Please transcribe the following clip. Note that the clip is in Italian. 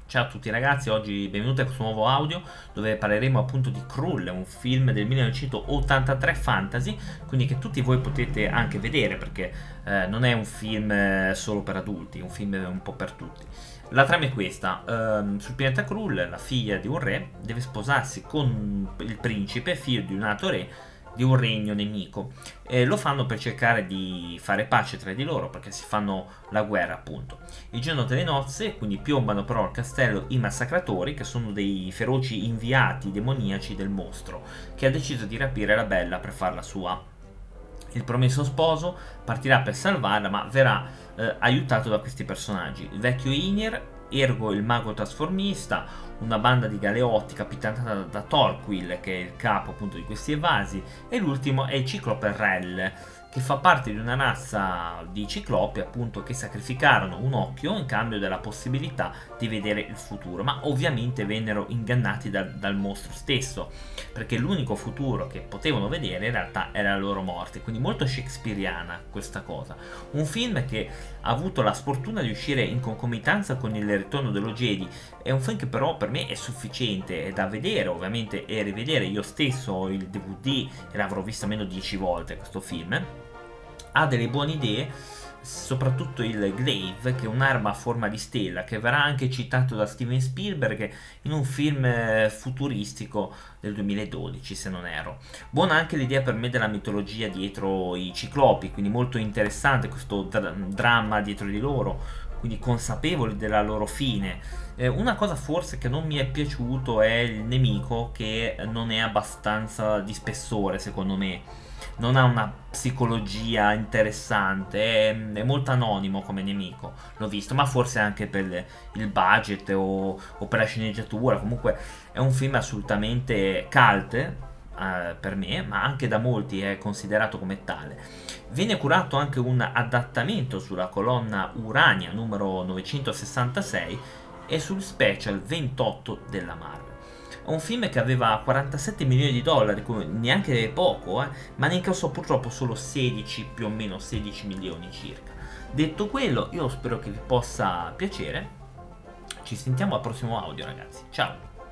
Ciao a tutti ragazzi, oggi benvenuti a questo nuovo audio dove parleremo appunto di Krull, un film del 1983 fantasy, quindi che tutti voi potete anche vedere perché non è un film solo per adulti, è un film un po' per tutti. La trama è questa, sul pianeta Krull la figlia di un re deve sposarsi con il principe, figlio di un altro re, di un regno nemico. Lo fanno per cercare di fare pace tra di loro perché si fanno la guerra appunto. Il giorno delle nozze quindi piombano però al castello i massacratori, che sono dei feroci inviati demoniaci del mostro, che ha deciso di rapire la bella per farla sua. Il promesso sposo partirà per salvarla, ma verrà aiutato da questi personaggi: il vecchio Ynir, Ergo il mago trasformista, una banda di galeotti capitanata da Torquil, che è il capo appunto di questi evasi, e l'ultimo è il ciclope Rell, che fa parte di una razza di ciclopi appunto che sacrificarono un occhio in cambio della possibilità di vedere il futuro, ma ovviamente vennero ingannati dal mostro stesso, perché l'unico futuro che potevano vedere in realtà era la loro morte, quindi molto shakespeariana questa cosa. Un film che ha avuto la sfortuna di uscire in concomitanza con il ritorno dello Jedi, è un film che però per me è sufficiente, è da vedere ovviamente e rivedere. Io stesso ho il DVD e l'avrò visto almeno 10 volte questo film. Ha delle buone idee, soprattutto il glaive, che è un'arma a forma di stella, che verrà anche citato da Steven Spielberg in un film futuristico del 2012 se non erro. Buona anche l'idea per me della mitologia dietro i ciclopi, quindi molto interessante questo dramma dietro di loro, quindi consapevoli della loro fine. Una cosa forse che non mi è piaciuto è il nemico, che non è abbastanza di spessore secondo me, non ha una psicologia interessante, è molto anonimo come nemico, l'ho visto, ma forse anche per il budget o per la sceneggiatura. Comunque è un film assolutamente cult, per me, ma anche da molti è considerato come tale. Viene curato anche un adattamento sulla colonna Urania numero 966 e sul special 28 della Marvel. È un film che aveva 47 milioni di dollari, neanche poco, ma ne incassò purtroppo solo 16, più o meno 16 milioni circa. Detto quello, io spero che vi possa piacere. Ci sentiamo al prossimo audio, ragazzi. Ciao!